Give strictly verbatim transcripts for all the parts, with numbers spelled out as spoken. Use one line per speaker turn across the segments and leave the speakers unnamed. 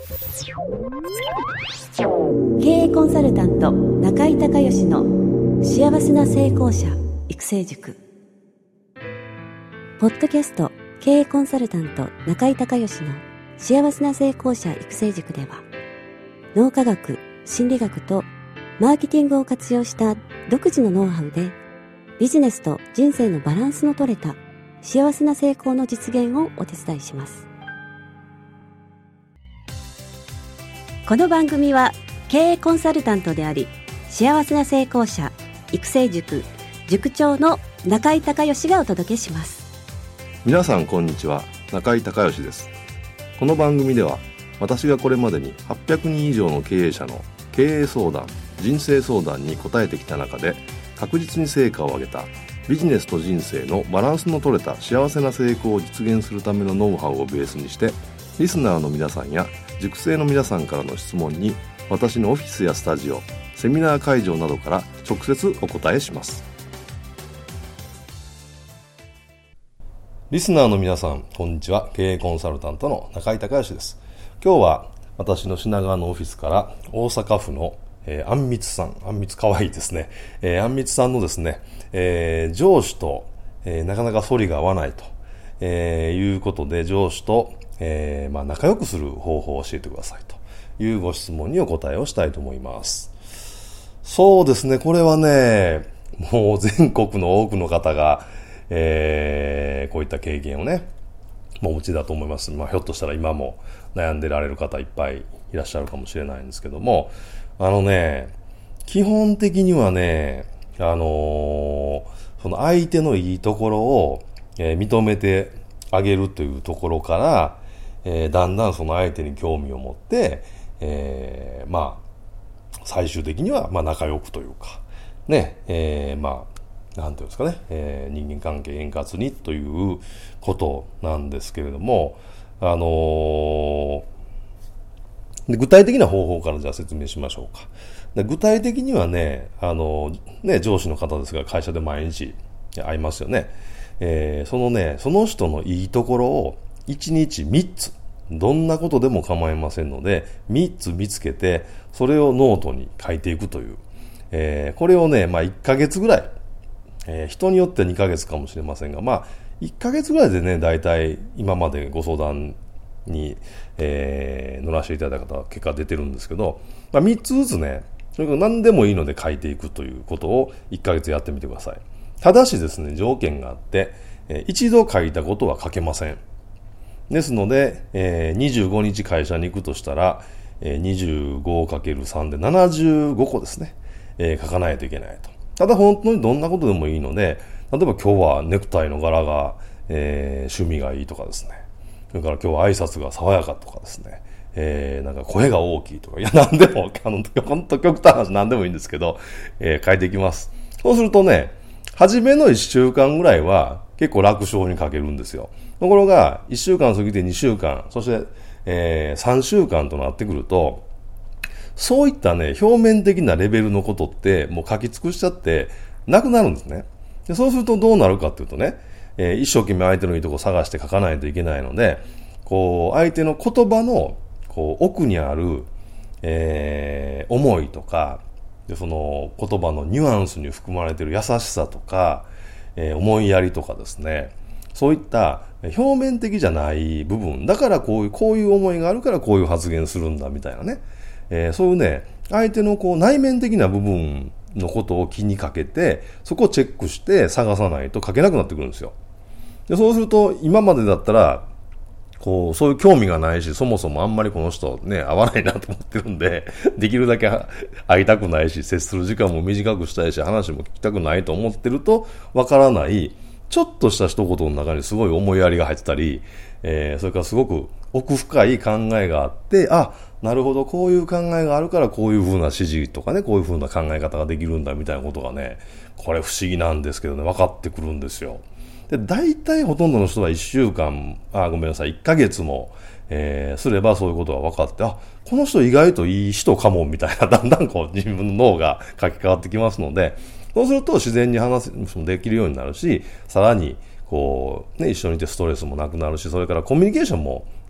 経営コンサルタント中井孝義の幸せな成功者育成塾。ポッドキャスト経営コンサルタント中井孝義の幸せな成功者育成塾では、脳科学、心理学とマーケティングを活用した独自のノウハウで、ビジネスと人生のバランスの取れた幸せな成功の実現をお手伝いします。この番組は経営コンサルタントであり、幸せな成功者育成塾塾長の中井孝義がお届けします。
皆さんこんにちは、中井孝義です。この番組では、私がこれまでにはっぴゃくにん以上の経営者の経営相談、人生相談に答えてきた中で、確実に成果を上げたビジネスと人生のバランスの取れた幸せな成功を実現するためのノウハウをベースにして、リスナーの皆さんや塾生の皆さんからの質問に、私のオフィスやスタジオ、セミナー会場などから直接お答えします。リスナーの皆さん、こんにちは。経営コンサルタントの中井孝義です。今日は私の品川のオフィスから大阪府のえー、あんみつさん、あんみつかわいいですね。えー、あんみつさんのですね、えー、上司と、えー、なかなか反りが合わないと、えー、いうことで、上司と、えーまあ、仲良くする方法を教えてくださいというご質問にお答えをしたいと思います。そうですね、これはね、もう全国の多くの方が、えー、こういった経験をね、お持ちだと思います。まあ、ひょっとしたら今も悩んでられる方いっぱいいらっしゃるかもしれないんですけども、あのね、基本的にはね、あのー、その相手のいいところを、えー、認めてあげるというところから、えー、だんだんその相手に興味を持って、えー、まあ、最終的には、まあ、仲良くというか、ね、えー、まあ、なんていうんですかね、えー、人間関係円滑にということなんですけれども、あのー、で具体的な方法からじゃあ説明しましょうか。で具体的にはね、あの、ね、上司の方ですが会社で毎日会いますよね。えー、そのね、その人のいいところをいちにちみっつ、どんなことでも構いませんので、みっつ見つけて、それをノートに書いていくという。えー、これをね、まあいっかげつぐらい、えー、人によってはにかげつかもしれませんが、まあいっかげつぐらいでね、だいたい今までご相談に、えー、乗らせていただいた方は結果出てるんですけど、まあ、みっつずつね、それから何でもいいので書いていくということをいっかげつやってみてください。ただしですね、条件があって、えー、一度書いたことは書けません。ですので、えー、にじゅうごにち会社に行くとしたら、えー、にじゅうごかけるさん でななじゅうごこですね、えー、書かないといけないと。ただ本当にどんなことでもいいので、例えば今日はネクタイの柄が、えー、趣味がいいとかですね、それから今日は挨拶が爽やかとかですね、えー、なんか声が大きいとか、いや、なんでも、あの、本当極端な話なんでもいいんですけど、えー、書いていきます。そうするとね、初めのいっしゅうかんぐらいは結構楽勝に書けるんですよ。ところが、いっしゅうかん過ぎてにしゅうかん、そして、えー、さんしゅうかんとなってくると、そういったね、表面的なレベルのことってもう書き尽くしちゃってなくなるんですね。でそうするとどうなるかっていうとね、えー、一生懸命相手のいいところを探して書かないといけないので、こう、相手の言葉の、こう、奥にある、えー、思いとか、で、その言葉のニュアンスに含まれている優しさとか、えー、思いやりとかですね、そういった表面的じゃない部分、だからこういう、こういう思いがあるからこういう発言するんだみたいなね、えー、そういうね、相手のこう内面的な部分のことを気にかけて、そこをチェックして探さないと書けなくなってくるんですよ。でそうすると、今までだったら、こう、そういう興味がないし、そもそもあんまりこの人ね、合わないなと思ってるんで、できるだけ会いたくないし、接する時間も短くしたいし、話も聞きたくないと思ってると、わからない、ちょっとした一言の中にすごい思いやりが入ってたり、えー、それからすごく奥深い考えがあって、あ、なるほど、こういう考えがあるからこういう風な指示とかね、こういう風な考え方ができるんだみたいなことがね、これ不思議なんですけどね、分かってくるんですよ。で、大体ほとんどの人はいっしゅうかん、あ、ごめんなさい、いっかげつも、えー、すればそういうことが分かって、あ、この人意外といい人かもみたいな、だんだんこう自分の脳が書き換わってきますので、そうすると自然に話すもできるようになるし、さらにこうね、一緒にいてストレスもなくなるし、それからコミュニケーションも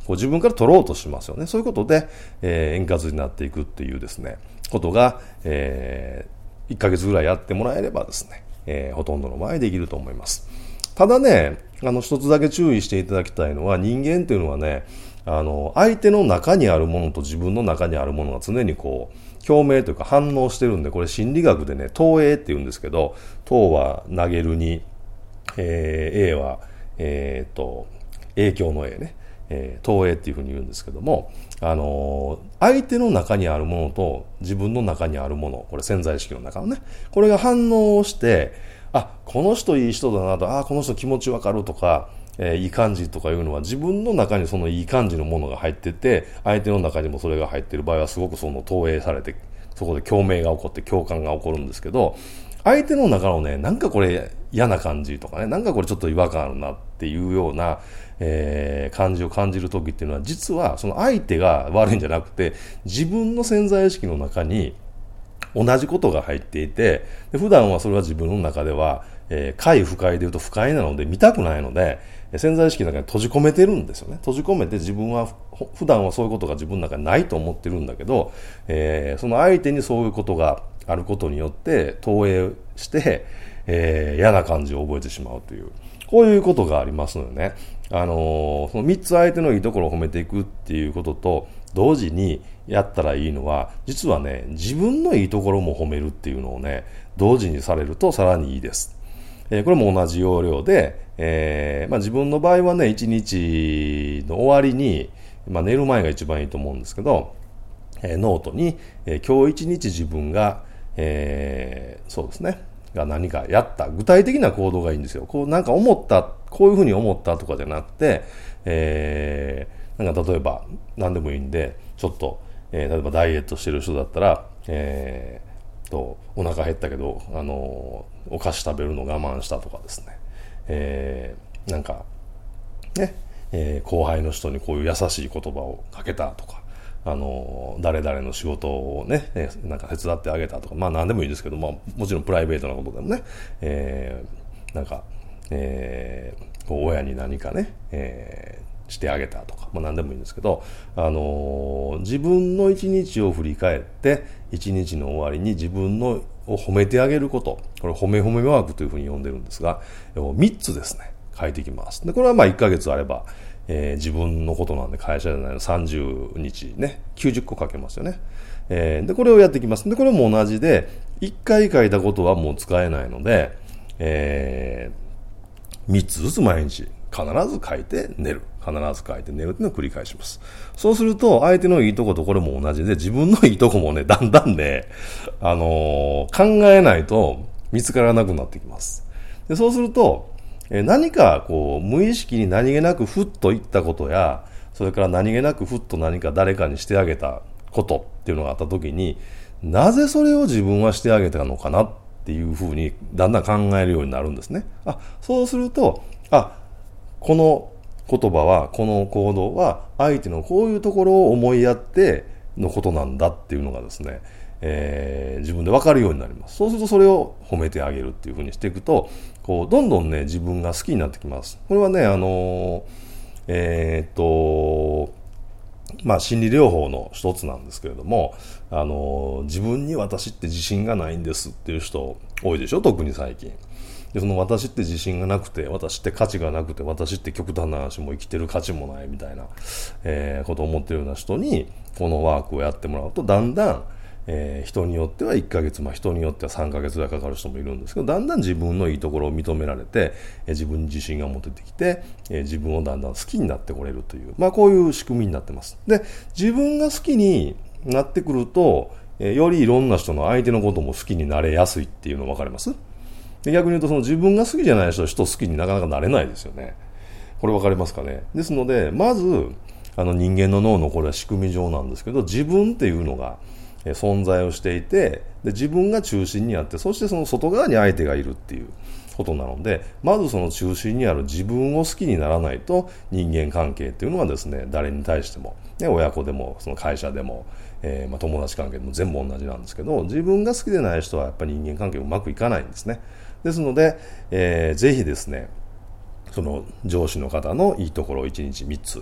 こう自分から取ろうとしますよね。そういうことで、えー、円滑になっていくっていうですね、ことが、えー、いっかげつぐらいやってもらえればですね、えー、ほとんどの場合できると思います。ただね、あの一つだけ注意していただきたいのは、人間っていうのはね、あの相手の中にあるものと自分の中にあるものが常にこう共鳴というか反応してるんで、これ心理学でね、投影って言うんですけど、投は投げるに、えー、A は、えー、と影響の A ね、えー、投影っていうふうに言うんですけども、あのー、相手の中にあるものと自分の中にあるもの、これ潜在意識の中のね、これが反応して、あ、この人いい人だなと、あ、この人気持ちわかるとか、えー、いい感じとかいうのは自分の中にそのいい感じのものが入ってて、相手の中にもそれが入っている場合はすごくその投影されて、そこで共鳴が起こって共感が起こるんですけど、相手の中のね、なんかこれ嫌な感じとかね、なんかこれちょっと違和感あるなっていうような、えー、感じを感じるときっていうのは、実はその相手が悪いんじゃなくて、自分の潜在意識の中に同じことが入っていて、で普段はそれは自分の中では、えー、快不快で言うと不快なので見たくないので、潜在意識の中に閉じ込めてるんですよね。閉じ込めて自分は普段はそういうことが自分の中にないと思ってるんだけど、えー、その相手にそういうことがあることによって投影して、えー、嫌な感じを覚えてしまうという、こういうことがありますのでね、あのー、そのみっつ相手のいいところを褒めていくっていうことと同時にやったらいいのは、実はね、自分のいいところも褒めるっていうのをね、同時にされるとさらにいいです。えー、これも同じ要領で、えーまあ、自分の場合はね、一日の終わりに、まあ、寝る前が一番いいと思うんですけど、えー、ノートに、えー、今日一日自分が、えー、そうですね、が何かやった具体的な行動がいいんですよ。こうなんか思った、こういうふうに思ったとかじゃなくて、えー、なんか例えば何でもいいんで、ちょっと、えー、例えばダイエットしてる人だったら、えー、とお腹減ったけど、あのー、お菓子食べるの我慢したとかですね、えー、なんかね、えー、後輩の人にこういう優しい言葉をかけたとか、あの誰々の仕事をね、なんか手伝ってあげたとか、まあ何でもいいですけど、まあもちろんプライベートなことでもね、えー、なんか、えー、こう親に何かね、えー、してあげたとか、まあ何でもいいんですけど、あのー、自分の一日を振り返って、一日の終わりに自分のを褒めてあげること、これ褒め褒めワークというふうに呼んでるんですが、みっつですね、書いていきます。で、これはまあいっかげつあれば、えー、自分のことなんで会社じゃないのさんじゅうにちね、きゅうじゅっこ書けますよね。えー、で、これをやっていきます。で、これも同じで、いっかい書いたことはもう使えないので、えー、みっつずつ毎日必ず書いて寝る。必ず書いて寝るっていうのを繰り返します。そうすると、相手のいいとことこれも同じで、自分のいいとこもね、だんだんね、あのー、考えないと見つからなくなってきます。で、そうすると、何かこう無意識に何気なくふっと言ったことや、それから何気なくふっと何か誰かにしてあげたことっていうのがあったときに、なぜそれを自分はしてあげたのかなっていうふうにだんだん考えるようになるんですね。あ、そうすると、あ、この言葉は、この行動は相手のこういうところを思いやってのことなんだっていうのがですね、えー、自分で分かるようになります。そうするとそれを褒めてあげるっていうふうにしていくと、こうどんどんね自分が好きになってきます。これはね、あのー、えー、っとまあ心理療法の一つなんですけれども、あのー、自分に私って自信がないんですっていう人多いでしょ、特に最近。で、その私って自信がなくて、私って価値がなくて、私って極端な話も生きてる価値もないみたいな、えー、ことを思っているような人にこのワークをやってもらうと、だんだんえー、人によってはいっかげつ、まあ、人によってはさんかげつぐらいかかる人もいるんですけど、だんだん自分のいいところを認められて、えー、自分に自信が持ててきて、えー、自分をだんだん好きになってこれるという、まあ、こういう仕組みになってます。で、自分が好きになってくると、えー、よりいろんな人の相手のことも好きになれやすいっていうの分かります？で、逆に言うと、その自分が好きじゃない人は人好きになかなかなれないですよね。これ分かりますかね？ですので、まずあの人間の脳のこれは仕組み上なんですけど、自分っていうのが存在をしていて、で自分が中心にあって、そしてその外側に相手がいるっていうことなので、まずその中心にある自分を好きにならないと、人間関係っていうのはですね、誰に対しても、ね、親子でもその会社でも、えーまあ、友達関係でも全部同じなんですけど、自分が好きでない人はやっぱり人間関係うまくいかないんですね。ですので、えー、ぜひですね、その上司の方のいいところをいちにちみっつ、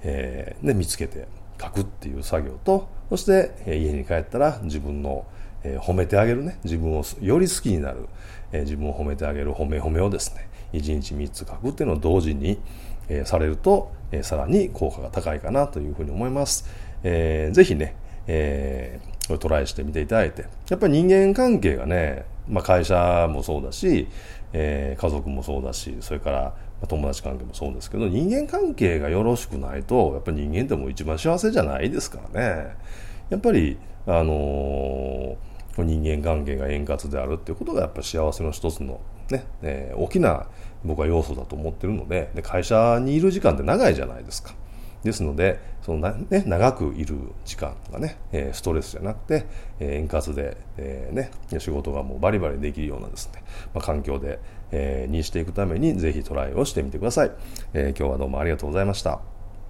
えー、で見つけて書くっていう作業と、そして、えー、家に帰ったら自分の、えー、褒めてあげるね、自分をより好きになる、えー、自分を褒めてあげる褒め褒めをですね、いちにちみっつ書くっていうのを同時に、えー、されると、えー、さらに効果が高いかなというふうに思います。えー、ぜひね、えー、これトライしてみていただいて、やっぱり人間関係がね、まあ、会社もそうだし、えー、家族もそうだし、それから友達関係もそうですけど、人間関係がよろしくないと、やっぱり人間ってもう一番幸せじゃないですからね。やっぱり、あのー、人間関係が円滑であるっていうことがやっぱり幸せの一つのね、えー、大きな僕は要素だと思ってるので、で会社にいる時間って長いじゃないですか。ですので、そのな、ね、長くいる時間がね、えー、ストレスじゃなくて、えー、円滑で、えーね、仕事がもうバリバリできるようなですね、まあ、環境で、えー、にしていくためにぜひトライをしてみてください。えー、今日はどうもありがとうございました。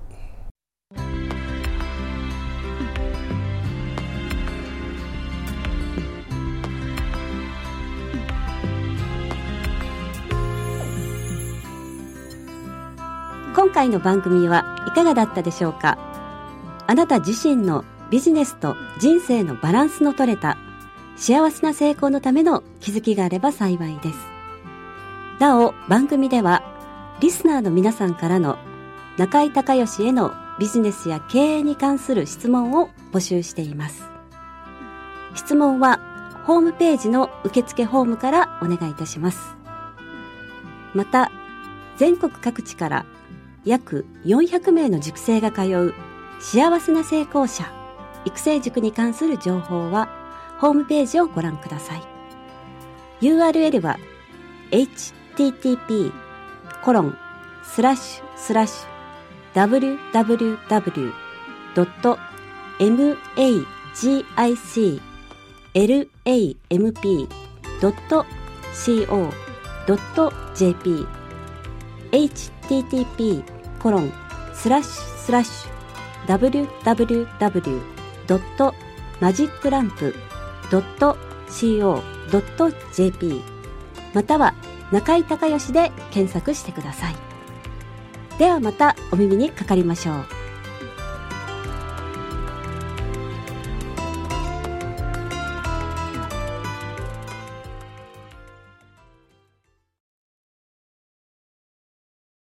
今回の番組はいかがだったでしょうか。あなた自身のビジネスと人生のバランスの取れた幸せな成功のための気づきがあれば幸いです。なお、番組ではリスナーの皆さんからの中井孝義へのビジネスや経営に関する質問を募集しています。質問はホームページの受付フォームからお願いいたします。また、全国各地から約よんひゃくめいの塾生が通う幸せな成功者育成塾に関する情報はホームページをご覧ください。 ユーアールエル は エイチティーティーピーコロンスラッシュスラッシュダブリューダブリューダブリュードットマジックランプドットコードットジェーピー エイチティーティーピーコロンスラッシュスラッシュダブリューダブリューダブリュードットマジックランプドットコードットジェーピー または中井孝義で検索してください。ではまたお耳にかかりましょう。